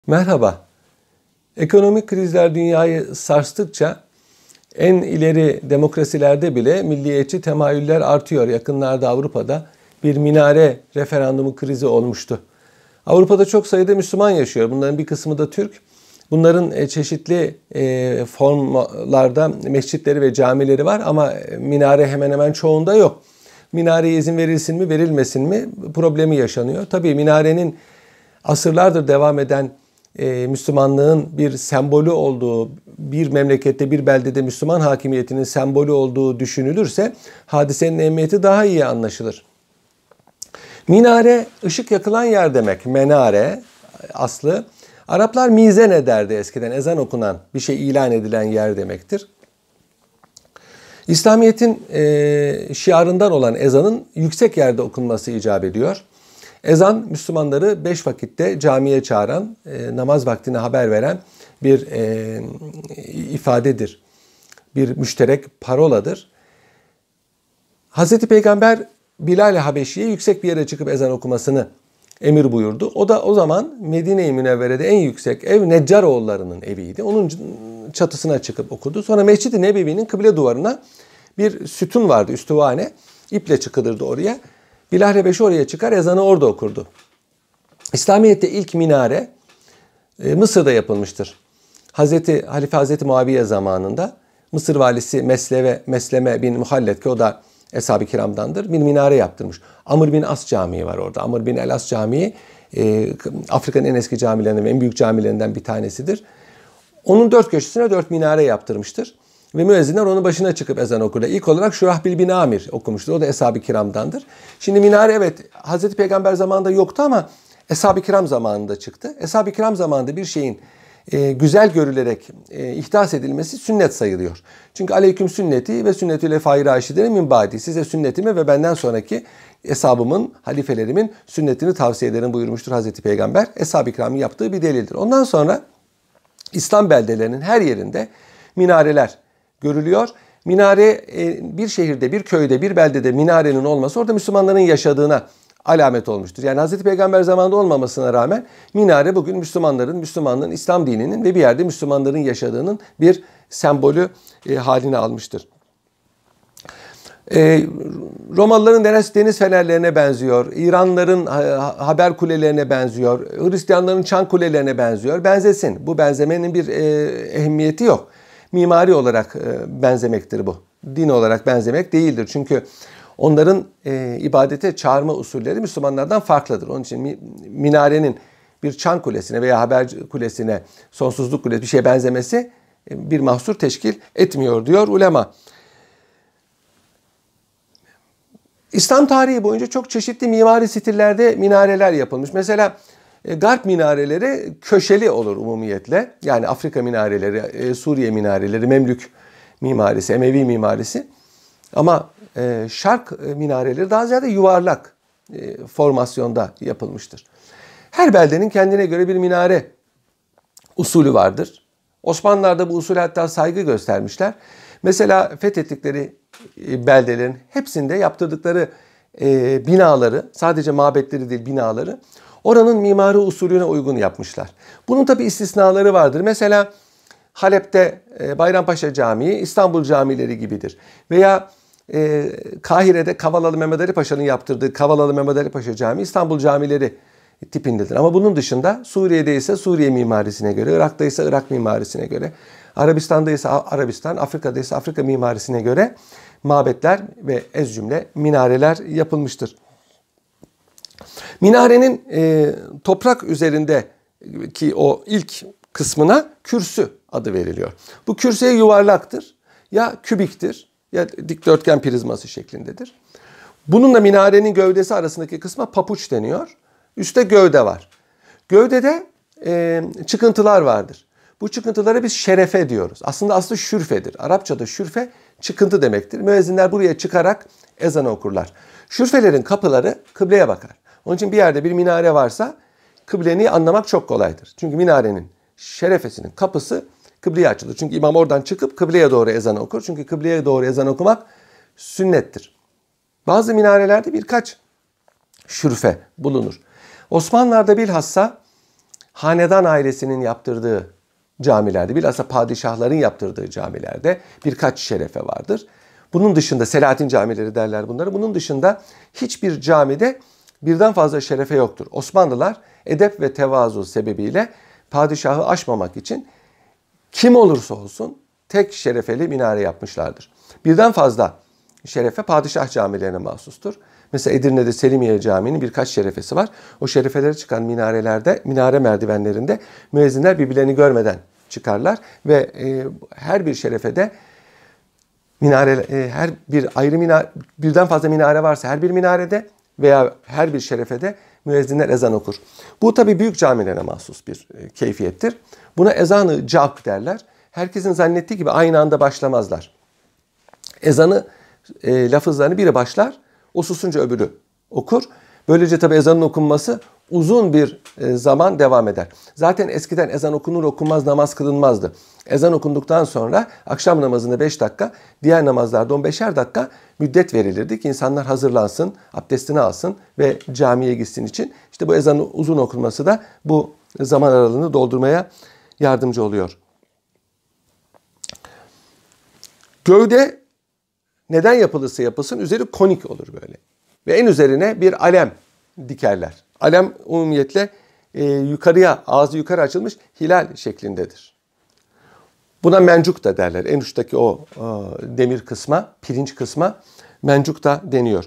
Merhaba. Ekonomik krizler dünyayı sarstıkça en ileri demokrasilerde bile milliyetçi temayüller artıyor. Yakınlarda Avrupa'da bir minare referandumu krizi olmuştu. Avrupa'da çok sayıda Müslüman yaşıyor. Bunların bir kısmı da Türk. Bunların çeşitli formlarda mescitleri ve camileri var ama minare hemen hemen çoğunda yok. Minareye izin verilsin mi verilmesin mi problemi yaşanıyor. Tabii minarenin asırlardır devam eden Müslümanlığın bir sembolü olduğu, bir memlekette, bir beldede Müslüman hakimiyetinin sembolü olduğu düşünülürse hadisenin ehemmiyeti daha iyi anlaşılır. Minare, ışık yakılan yer demek. Menare aslı. Araplar mizene derdi eskiden. Ezan okunan, bir şey ilan edilen yer demektir. İslamiyet'in şiarından olan ezanın yüksek yerde okunması icap ediyor. Ezan, Müslümanları 5 vakitte camiye çağıran, namaz vaktine haber veren bir ifadedir. Bir müşterek paroladır. Hazreti Peygamber Bilal-i Habeşi'ye yüksek bir yere çıkıp ezan okumasını emir buyurdu. O da o zaman Medine-i Münevvere'de en yüksek ev Neccaroğulları'nın eviydi. Onun çatısına çıkıp okudu. Sonra Mescid-i Nebevi'nin kıble duvarına bir sütun vardı, üstüvane. İple çıkılırdı oraya. Bilal Habeşi oraya çıkar, ezanı orada okurdu. İslamiyet'te ilk minare Mısır'da yapılmıştır. Halife Hazreti Muaviye zamanında Mısır valisi Mesleme bin Muhallet, ki o da Eshab-ı Kiram'dandır, bir minare yaptırmış. Amr bin As Camii var orada. Amr bin el As Camii Afrika'nın en eski camilerinden ve en büyük camilerinden bir tanesidir. Onun 4 köşesine 4 minare yaptırmıştır. Ve müezzinler onun başına çıkıp ezan okurlar. İlk olarak Şurahbil bin Amir okumuştur. O da Eshab-ı Kiram'dandır. Şimdi minare, evet, Hazreti Peygamber zamanında yoktu ama Eshab-ı Kiram zamanında çıktı. Eshab-ı Kiram zamanında bir şeyin güzel görülerek ihdas edilmesi sünnet sayılıyor. Çünkü aleyküm sünneti ve sünnetü lefâ-i râşidîne min ba'di. Size sünnetimi ve benden sonraki eshabımın, halifelerimin sünnetini tavsiye ederim buyurmuştur Hazreti Peygamber. Eshab-ı Kiram'ın yaptığı bir delildir. Ondan sonra İslam beldelerinin her yerinde minareler görülüyor. Minare bir şehirde, bir köyde, bir beldede minarenin olması orada Müslümanların yaşadığına alamet olmuştur. Yani Hazreti Peygamber zamanında olmamasına rağmen minare bugün Müslümanlığın, İslam dininin ve bir yerde Müslümanların yaşadığının bir sembolü haline almıştır. Romalıların deniz fenerlerine benziyor. İranlıların haber kulelerine benziyor. Hristiyanların çan kulelerine benziyor. Benzesin. Bu benzemenin bir ehemmiyeti yok. Mimari olarak benzemektir bu. Din olarak benzemek değildir. Çünkü onların ibadete çağırma usulleri Müslümanlardan farklıdır. Onun için minarenin bir çan kulesine veya haber kulesine, sonsuzluk kulesine bir şeye benzemesi bir mahsur teşkil etmiyor diyor ulema. İslam tarihi boyunca çok çeşitli mimari stillerde minareler yapılmış. Mesela Garp minareleri köşeli olur umumiyetle. Yani Afrika minareleri, Suriye minareleri, Memlük mimarisi, Emevi mimarisi. Ama Şark minareleri daha ziyade yuvarlak formasyonda yapılmıştır. Her beldenin kendine göre bir minare usulü vardır. Osmanlılar da bu usule hatta saygı göstermişler. Mesela fethettikleri beldelerin hepsinde yaptırdıkları binaları, sadece mabetleri değil binaları, oranın mimari usulüne uygun yapmışlar. Bunun tabi istisnaları vardır. Mesela Halep'te Bayrampaşa Camii İstanbul camileri gibidir. Veya Kahire'de Kavalalı Mehmet Ali Paşa'nın yaptırdığı Kavalalı Mehmet Ali Paşa Camii İstanbul camileri tipindedir. Ama bunun dışında Suriye'de ise Suriye mimarisine göre, Irak'ta ise Irak mimarisine göre, Arabistan'da ise Arabistan, Afrika'da ise Afrika mimarisine göre mabetler ve ez cümle minareler yapılmıştır. Minarenin toprak üzerindeki o ilk kısmına kürsü adı veriliyor. Bu kürsüye yuvarlaktır, ya kübiktir ya dikdörtgen prizması şeklindedir. Bununla minarenin gövdesi arasındaki kısma papuç deniyor. Üstte gövde var. Gövdede çıkıntılar vardır. Bu çıkıntılara biz şerefe diyoruz. Aslında aslı şürfedir. Arapçada şürfe çıkıntı demektir. Müezzinler buraya çıkarak ezanı okurlar. Şürfelerin kapıları kıbleye bakar. Onun için bir yerde bir minare varsa kıbleni anlamak çok kolaydır. Çünkü minarenin şerefesinin kapısı kıbleye açılır. Çünkü imam oradan çıkıp kıbleye doğru ezanı okur. Çünkü kıbleye doğru ezan okumak sünnettir. Bazı minarelerde birkaç şürfe bulunur. Osmanlılar'da bilhassa hanedan ailesinin yaptırdığı camilerde, bilhassa padişahların yaptırdığı camilerde birkaç şerefe vardır. Bunun dışında Selahattin camileri derler bunları. Bunun dışında hiçbir camide birden fazla şerefe yoktur. Osmanlılar edep ve tevazu sebebiyle padişahı aşmamak için kim olursa olsun tek şerefeli minare yapmışlardır. Birden fazla şerefe padişah camilerine mahsustur. Mesela Edirne'de Selimiye Camii'nin birkaç şerefesi var. O şerefelere çıkan minarelerde, minare merdivenlerinde müezzinler birbirlerini görmeden çıkarlar ve her bir şerefede her bir ayrı minare, birden fazla minare varsa her bir minarede veya her bir şerefede müezzinler ezan okur. Bu tabii büyük camilere mahsus bir keyfiyettir. Buna ezanı cavk derler. Herkesin zannettiği gibi aynı anda başlamazlar. Ezanı, lafızlarını biri başlar, o susunca öbürü okur. Böylece tabii ezanın okunması uzun bir zaman devam eder. Zaten eskiden ezan okunur okunmaz namaz kılınmazdı. Ezan okunduktan sonra akşam namazında 5 dakika, diğer namazlarda 15'er dakika müddet verilirdi ki insanlar hazırlansın, abdestini alsın ve camiye gitsin için. İşte bu ezanın uzun okunması da bu zaman aralığını doldurmaya yardımcı oluyor. Gövde neden yapılırsa yapılsın üzeri konik olur böyle. Ve en üzerine bir alem dikerler. Alem umumiyetle yukarıya, ağzı yukarı açılmış hilal şeklindedir. Buna mencuk da derler. En uçtaki o demir kısma, pirinç kısma mencuk da deniyor.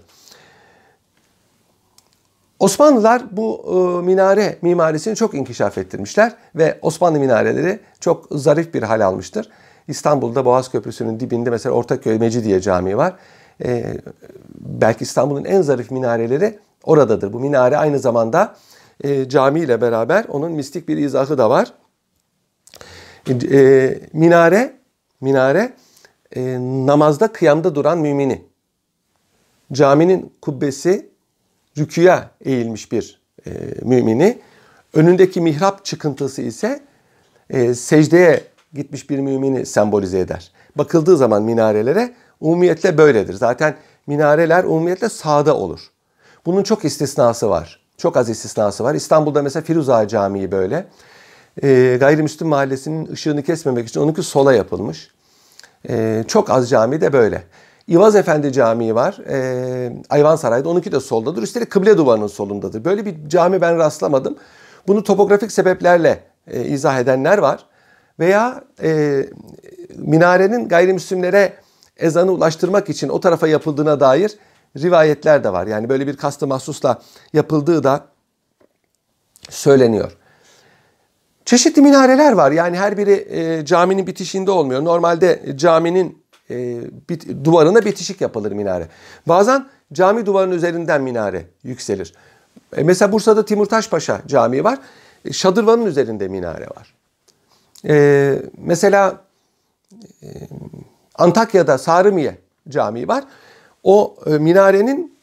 Osmanlılar bu minare mimarisini çok inkişaf ettirmişler ve Osmanlı minareleri çok zarif bir hal almıştır. İstanbul'da Boğaz Köprüsü'nün dibinde mesela Ortaköy Mecidiye Camii var. Belki İstanbul'un en zarif minareleri oradadır. Bu minare aynı zamanda cami ile beraber onun mistik bir izahı da var. Minare namazda kıyamda duran mümini. Caminin kubbesi rüküya eğilmiş bir mümini. Önündeki mihrap çıkıntısı ise secdeye gitmiş bir mümini sembolize eder. Bakıldığı zaman minarelere umumiyetle böyledir. Zaten minareler umumiyetle sağda olur. Bunun çok istisnası var. Çok az istisnası var. İstanbul'da mesela Firuza Camii böyle. Gayrimüslim mahallesinin ışığını kesmemek için onunki sola yapılmış. Çok az cami de böyle. İvaz Efendi Camii var. Ayvansaray'da onunki de soldadır. Üstelik kıble duvarının solundadır. Böyle bir cami ben rastlamadım. Bunu topografik sebeplerle izah edenler var. Veya minarenin gayrimüslimlere ezanı ulaştırmak için o tarafa yapıldığına dair rivayetler de var. Yani böyle bir kastı mahsusla yapıldığı da söyleniyor. Çeşitli minareler var. Yani her biri caminin bitişiğinde olmuyor. Normalde caminin duvarına bitişik yapılır minare. Bazen cami duvarının üzerinden minare yükselir. Mesela Bursa'da Timurtaş Paşa Camii var. Şadırvanın üzerinde minare var. Mesela Antakya'da Sarımiye Camii var. O minarenin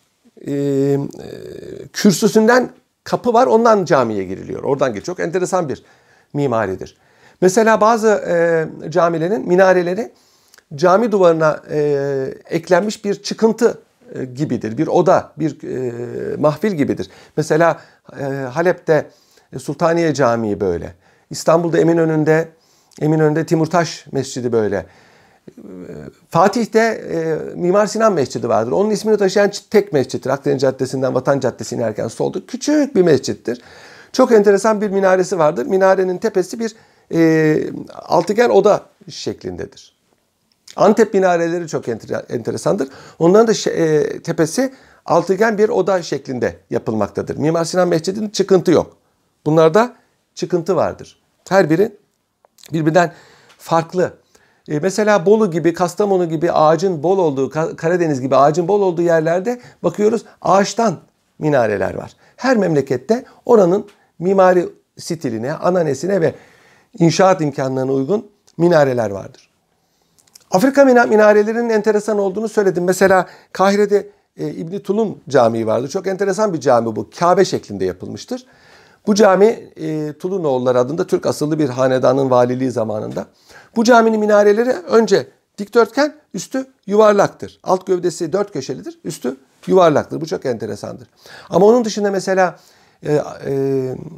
kürsüsünden kapı var. Ondan camiye giriliyor. Oradan geçiyor. Çok enteresan bir mimaridir. Mesela bazı camilerin minareleri cami duvarına eklenmiş bir çıkıntı gibidir. Bir oda, bir mahfil gibidir. Mesela Halep'te Sultaniye Camii böyle. İstanbul'da Eminönü'nde Timurtaş Mescidi böyle. Fatih'te Mimar Sinan Mescidi vardır. Onun ismini taşıyan tek mescittir. Akdeniz Caddesi'nden Vatan Caddesi'ne inerken solda küçük bir mescittir. Çok enteresan bir minaresi vardır. Minarenin tepesi bir altıgen oda şeklindedir. Antep minareleri çok enteresandır. Onların da tepesi altıgen bir oda şeklinde yapılmaktadır. Mimar Sinan Mescidi'nin çıkıntı yok. Bunlarda çıkıntı vardır. Her biri birbirinden farklı. Mesela Bolu gibi, Kastamonu gibi ağacın bol olduğu, Karadeniz gibi ağacın bol olduğu yerlerde bakıyoruz ağaçtan minareler var. Her memlekette oranın mimari stiline, ananesine ve inşaat imkanlarına uygun minareler vardır. Afrika minarelerinin enteresan olduğunu söyledim. Mesela Kahire'de İbn Tulun Camii vardır. Çok enteresan bir cami bu. Kabe şeklinde yapılmıştır. Bu cami Tulunoğulları adında Türk asıllı bir hanedanın valiliği zamanında. Bu caminin minareleri önce dikdörtgen, üstü yuvarlaktır. Alt gövdesi dört köşelidir, üstü yuvarlaktır. Bu çok enteresandır. Ama onun dışında mesela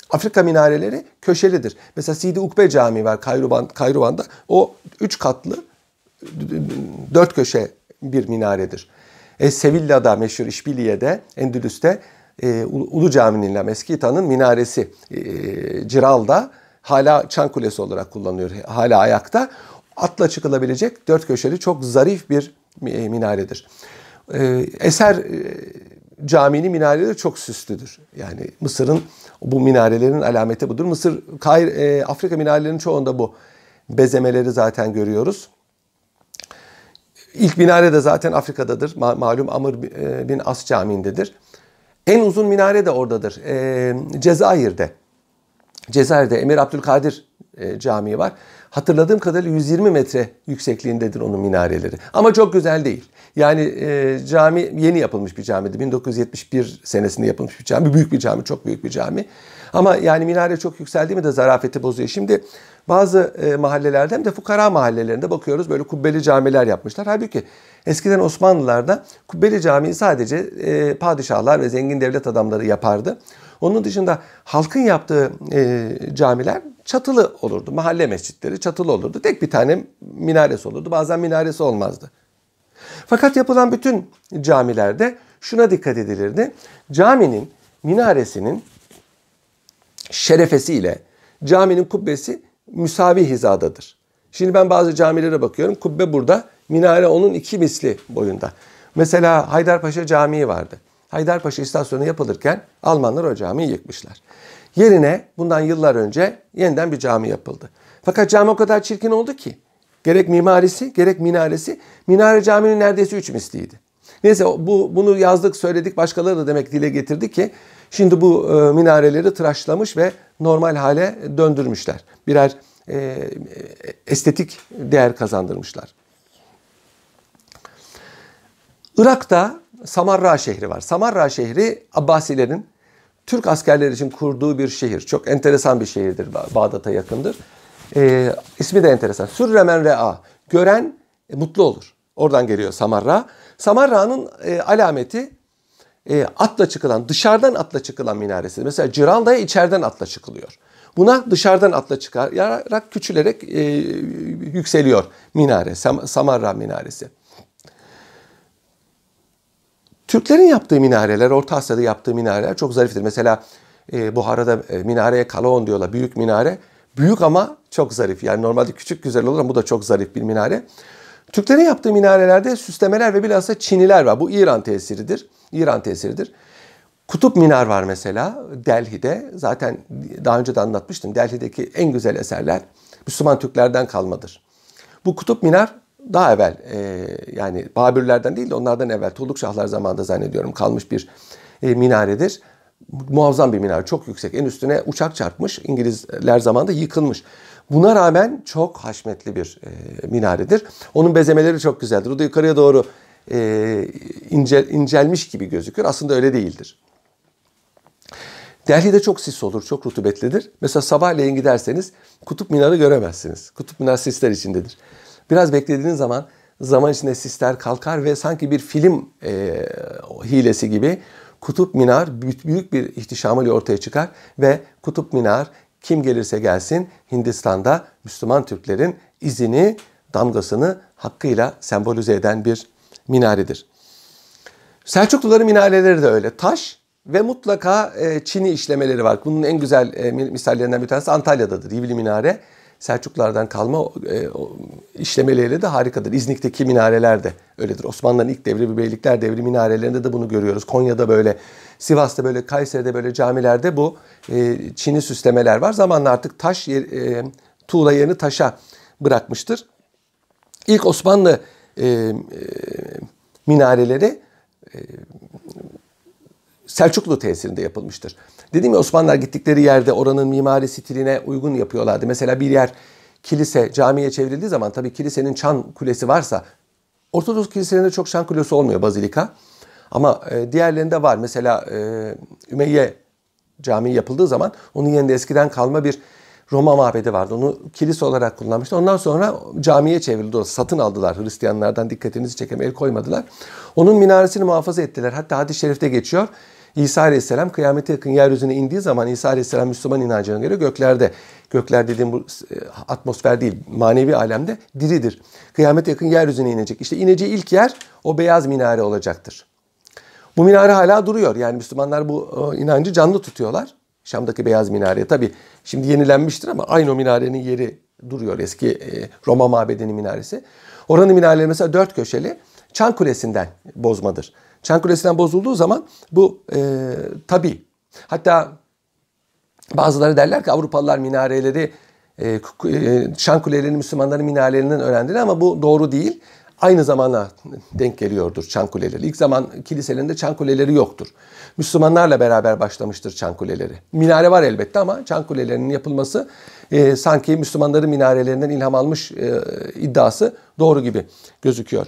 Afrika minareleri köşelidir. Mesela Sidi Ukbe Camii var Kayroban'da. O 3 katlı 4 köşe bir minaredir. Sevilla'da meşhur İşbiliye'de, Endülüs'te Ulu Cami'nin, Meskita'nın minaresi Ciral'da hala çan kulesi olarak kullanılıyor. Hala ayakta. Atla çıkılabilecek 4 köşeli çok zarif bir minaredir. Eser Camii'nin minareleri çok süslüdür. Yani Mısır'ın bu minarelerin alameti budur. Afrika minarelerinin çoğunda bu bezemeleri zaten görüyoruz. İlk minare de zaten Afrika'dadır. Malum Amr bin As Camii'ndedir. En uzun minare de oradadır. Cezayir'de Emir Abdülkadir Camii var. Hatırladığım kadarıyla 120 metre yüksekliğindedir onun minareleri. Ama çok güzel değil. Yani cami yeni yapılmış bir camiydi. 1971 senesinde yapılmış bir cami. Büyük bir cami, çok büyük bir cami. Ama yani minare çok yükseldi mi de zarafeti bozuyor. Şimdi bazı mahallelerde hem de fukara mahallelerinde bakıyoruz böyle kubbeli camiler yapmışlar. Halbuki eskiden Osmanlılar'da kubbeli camiyi sadece padişahlar ve zengin devlet adamları yapardı. Onun dışında halkın yaptığı camiler çatılı olurdu. Mahalle mescitleri çatılı olurdu. Tek bir tane minaresi olurdu. Bazen minaresi olmazdı. Fakat yapılan bütün camilerde şuna dikkat edilirdi. Caminin minaresinin şerefesiyle caminin kubbesi müsavi hizadadır. Şimdi ben bazı camilere bakıyorum. Kubbe burada, minare onun 2 misli boyunda. Mesela Haydarpaşa Camii vardı. Haydarpaşa istasyonu yapılırken Almanlar o camiyi yıkmışlar. Yerine bundan yıllar önce yeniden bir cami yapıldı. Fakat cami o kadar çirkin oldu ki gerek mimarisi gerek minaresi minare caminin neredeyse 3 misliydi. Neyse bunu yazdık söyledik, başkaları da demek dile getirdi ki şimdi bu minareleri tıraşlamış ve normal hale döndürmüşler. Birer estetik değer kazandırmışlar. Irak'ta Samarra şehri var. Samarra şehri Abbasilerin Türk askerleri için kurduğu bir şehir. Çok enteresan bir şehirdir. Bağdat'a yakındır. İsmi de enteresan. Sürremen re'a. Gören mutlu olur. Oradan geliyor Samarra. Samarra'nın alameti atla çıkılan, dışarıdan atla çıkılan minaresi. Mesela Ciralda'ya içeriden atla çıkılıyor. Buna dışarıdan atla çıkarak küçülerek yükseliyor minare. Samarra minaresi. Türklerin yaptığı minareler, Orta Asya'da yaptığı minareler çok zariftir. Mesela Buhara'da minareye Kalaon diyorlar. Büyük minare. Büyük ama çok zarif. Yani normalde küçük güzel olur ama bu da çok zarif bir minare. Türklerin yaptığı minarelerde süslemeler ve bilhassa çiniler var. Bu İran tesiridir. Kutup Minar var mesela Delhi'de. Zaten daha önce de anlatmıştım. Delhi'deki en güzel eserler Müslüman Türklerden kalmadır. Bu Kutup Minar daha evvel yani Babürlerden değil de onlardan evvel Tuğluk Şahlar zamanında zannediyorum kalmış bir minaredir. Muazzam bir minare, çok yüksek. En üstüne uçak çarpmış. İngilizler zamanında yıkılmış. Buna rağmen çok haşmetli bir minaredir. Onun bezemeleri çok güzeldir. O da yukarıya doğru incelmiş gibi gözükür. Aslında öyle değildir. Delhi'de çok sis olur, çok rutubetlidir. Mesela sabahleyin giderseniz Kutup Minar'ı göremezsiniz. Kutup Minar sisler içindedir. Biraz beklediğiniz zaman içinde sisler kalkar ve sanki bir film hilesi gibi Kutup Minar büyük bir ihtişamıyla ortaya çıkar ve Kutup Minar kim gelirse gelsin Hindistan'da Müslüman Türklerin izini, damgasını hakkıyla sembolize eden bir minaredir. Selçukluların minareleri de öyle. Taş ve mutlaka çini işlemeleri var. Bunun en güzel misallerinden bir tanesi Antalya'dadır. Yivli Minare. Selçuklulardan kalma işlemeleriyle de harikadır. İznik'teki minareler de öyledir. Osmanlı'nın ilk devri ve Beylikler devri minarelerinde de bunu görüyoruz. Konya'da böyle, Sivas'ta böyle, Kayseri'de böyle camilerde bu çini süslemeler var. Zamanla artık tuğla yerini taşa bırakmıştır. İlk Osmanlı minareleri Selçuklu tesirinde yapılmıştır. Dedim ya Osmanlılar gittikleri yerde oranın mimari stiline uygun yapıyorlardı. Mesela bir yer kilise camiye çevrildiği zaman tabii kilisenin çan kulesi varsa Ortodoks kiliselerinde çok çan kulesi olmuyor bazilika. Ama diğerlerinde var. Mesela Ümeyye Camii yapıldığı zaman onun yanında eskiden kalma bir Roma mabedi vardı. Onu kilise olarak kullanmıştı. Ondan sonra camiye çevrildi. Satın aldılar Hristiyanlardan, dikkatinizi çekemeye el koymadılar. Onun minaresini muhafaza ettiler. Hatta hadis-i şerifte geçiyor. İsa Aleyhisselam kıyamete yakın yeryüzüne indiği zaman İsa Aleyhisselam Müslüman inancına göre göklerde. Gökler dediğim bu atmosfer değil, manevi alemde diridir. Kıyamete yakın yeryüzüne inecek. İşte ineceği ilk yer o beyaz minare olacaktır. Bu minare hala duruyor. Yani Müslümanlar bu inancı canlı tutuyorlar. Şam'daki beyaz minare. Tabii şimdi yenilenmiştir ama aynı o minarenin yeri duruyor. Eski Roma mabedinin minaresi. Oranın minareleri mesela 4 köşeli. Çan Kulesi'nden bozmadır. Çan Kulesi'nden bozulduğu zaman bu tabii. Hatta bazıları derler ki Avrupalılar minareleri Çan Kulelerini Müslümanların minarelerinden öğrendiler ama bu doğru değil. Aynı zamana denk geliyordur çan kuleleri. İlk zaman kiliselerinde çan kuleleri yoktur. Müslümanlarla beraber başlamıştır çan kuleleri. Minare var elbette ama çan kulelerinin yapılması sanki Müslümanların minarelerinden ilham almış iddiası doğru gibi gözüküyor.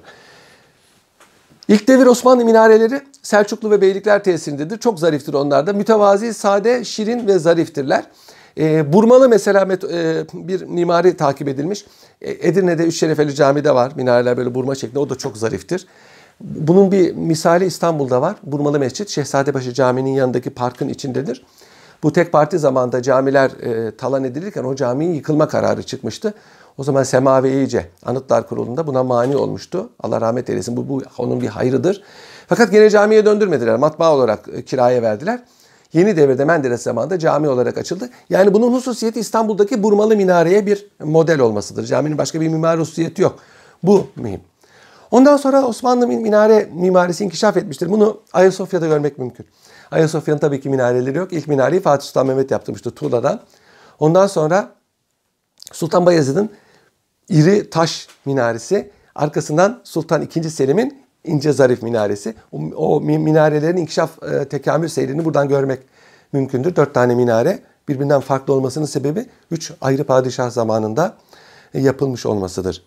İlk devir Osmanlı minareleri Selçuklu ve Beylikler tesirindedir. Çok zariftir onlar da. Mütevazi, sade, şirin ve zariftirler. Burmalı mesela bir mimari takip edilmiş. Edirne'de Üçşerefeli Camii'de var. Minareler böyle burma şeklinde. O da çok zariftir. Bunun bir misali İstanbul'da var. Burmalı Mescit Şehzadebaşı Camii'nin yanındaki parkın içindedir. Bu tek parti zamanında camiler talan edilirken o caminin yıkılma kararı çıkmıştı. O zaman Semavi İyice Anıtlar Kurulu'nda buna mani olmuştu. Allah rahmet eylesin. Bu onun bir hayrıdır. Fakat gene camiye döndürmediler. Matbaa olarak kiraya verdiler. Yeni devirde Menderes zamanında cami olarak açıldı. Yani bunun hususiyeti İstanbul'daki Burmalı Minare'ye bir model olmasıdır. Caminin başka bir mimari hususiyeti yok. Bu mühim. Ondan sonra Osmanlı minare mimarisi inkişaf etmiştir. Bunu Ayasofya'da görmek mümkün. Ayasofya'nın tabii ki minareleri yok. İlk minareyi Fatih Sultan Mehmet yaptırmıştı Tuğla'dan. Ondan sonra Sultan Bayezid'in iri taş minaresi, arkasından Sultan II. Selim'in ince zarif minaresi. O minarelerin inkişaf tekamül seyrini buradan görmek mümkündür. 4 tane minare birbirinden farklı olmasının sebebi 3 ayrı padişah zamanında yapılmış olmasıdır.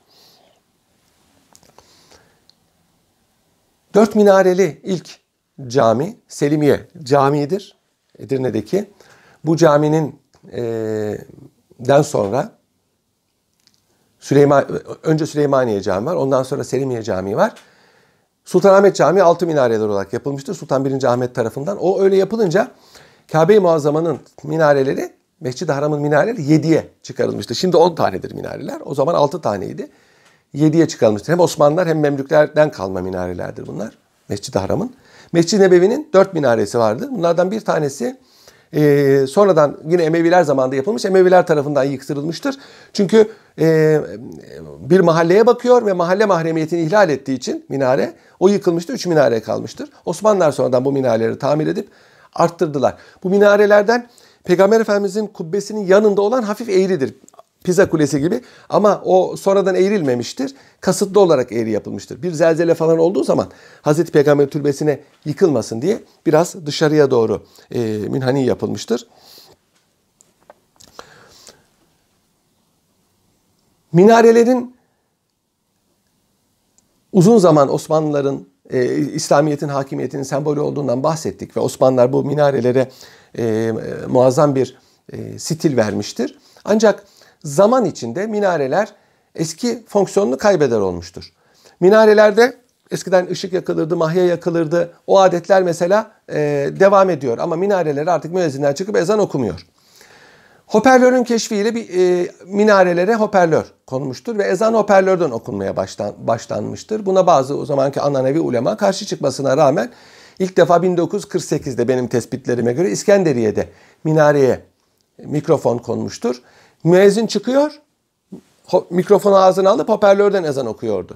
4 minareli ilk cami Selimiye Camii'dir. Edirne'deki. Bu caminin den sonra önce Süleymaniye Camii var. Ondan sonra Selimiye Camii var. Sultanahmet Camii 6 minareler olarak yapılmıştır. Sultan 1. Ahmet tarafından. O öyle yapılınca Kabe-i Muazzama'nın minareleri, Mescid-i Haram'ın minareleri 7'ye çıkarılmıştır. Şimdi 10 tanedir minareler. O zaman 6 taneydi. 7'ye çıkarılmıştır. Hem Osmanlılar hem Memlüklerden kalma minarelerdir bunlar. Mescid-i Haram'ın. Mescid-i Nebevi'nin 4 minaresi vardı. Bunlardan bir tanesi sonradan yine Emeviler zamanında yapılmış. Emeviler tarafından yıktırılmıştır. Çünkü bir mahalleye bakıyor ve mahalle mahremiyetini ihlal ettiği için minare o yıkılmıştır. 3 minare kalmıştır. Osmanlılar sonradan bu minareleri tamir edip arttırdılar. Bu minarelerden Peygamber Efendimizin kubbesinin yanında olan hafif eğridir. Pisa Kulesi gibi ama o sonradan eğrilmemiştir. Kasıtlı olarak eğri yapılmıştır. Bir zelzele falan olduğu zaman Hazreti Peygamber türbesine yıkılmasın diye biraz dışarıya doğru münhani yapılmıştır. Minarelerin uzun zaman Osmanlıların İslamiyet'in hakimiyetinin sembolü olduğundan bahsettik ve Osmanlılar bu minarelere muazzam bir stil vermiştir. Ancak zaman içinde minareler eski fonksiyonunu kaybeder olmuştur. Minarelerde eskiden ışık yakılırdı, mahya yakılırdı. O adetler mesela devam ediyor ama minareleri artık müezzinler çıkıp ezan okumuyor. Hoparlörün keşfiyle minarelere hoparlör konmuştur ve ezan hoparlörden okunmaya başlanmıştır. Buna bazı o zamanki Ananevi ulema karşı çıkmasına rağmen ilk defa 1948'de benim tespitlerime göre İskenderiye'de minareye mikrofon konmuştur. Müezzin çıkıyor, mikrofonu ağzına alıp hoparlörden ezan okuyordu.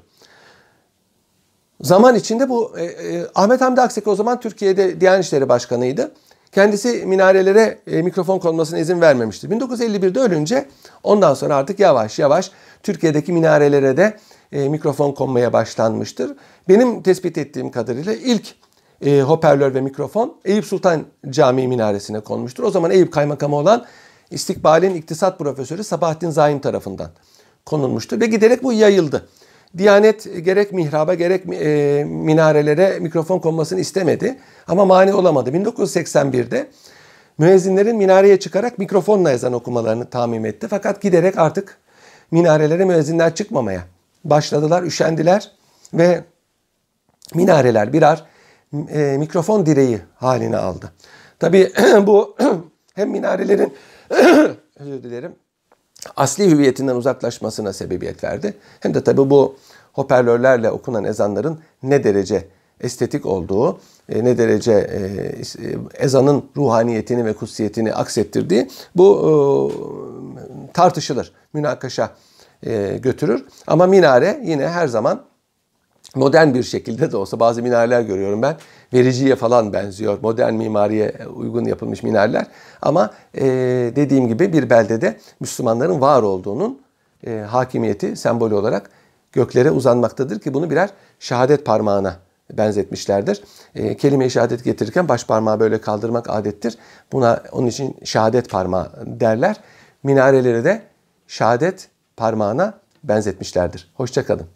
Zaman içinde bu Ahmet Hamdi Akseki o zaman Türkiye'de Diyanet İşleri Başkanı'ydı. Kendisi minarelere mikrofon konmasına izin vermemişti. 1951'de ölünce ondan sonra artık yavaş yavaş Türkiye'deki minarelere de mikrofon konmaya başlanmıştır. Benim tespit ettiğim kadarıyla ilk hoparlör ve mikrofon Eyüp Sultan Camii minaresine konmuştur. O zaman Eyüp Kaymakamı olan İstikbal'in iktisat profesörü Sabahattin Zaim tarafından konulmuştur ve giderek bu yayıldı. Diyanet gerek mihraba gerek minarelere mikrofon konmasını istemedi ama mani olamadı. 1981'de müezzinlerin minareye çıkarak mikrofonla ezan okumalarını tamim etti. Fakat giderek artık minarelere müezzinler çıkmamaya başladılar, üşendiler ve minareler birer mikrofon direği halini aldı. Tabii bu hem minarelerin özür dilerim, asli hüviyetinden uzaklaşmasına sebebiyet verdi. Hem de tabii bu hoparlörlerle okunan ezanların ne derece estetik olduğu, ne derece ezanın ruhaniyetini ve kutsiyetini aksettirdiği bu tartışılır, münakaşa götürür. Ama minare yine her zaman modern bir şekilde de olsa, bazı minareler görüyorum ben, vericiye falan benziyor. Modern mimariye uygun yapılmış minareler. Ama dediğim gibi bir beldede Müslümanların var olduğunun hakimiyeti sembolü olarak göklere uzanmaktadır ki bunu birer şehadet parmağına benzetmişlerdir. Kelime-i şehadet getirirken baş parmağı böyle kaldırmak adettir. Onun için şehadet parmağı derler. Minareleri de şehadet parmağına benzetmişlerdir. Hoşça kalın.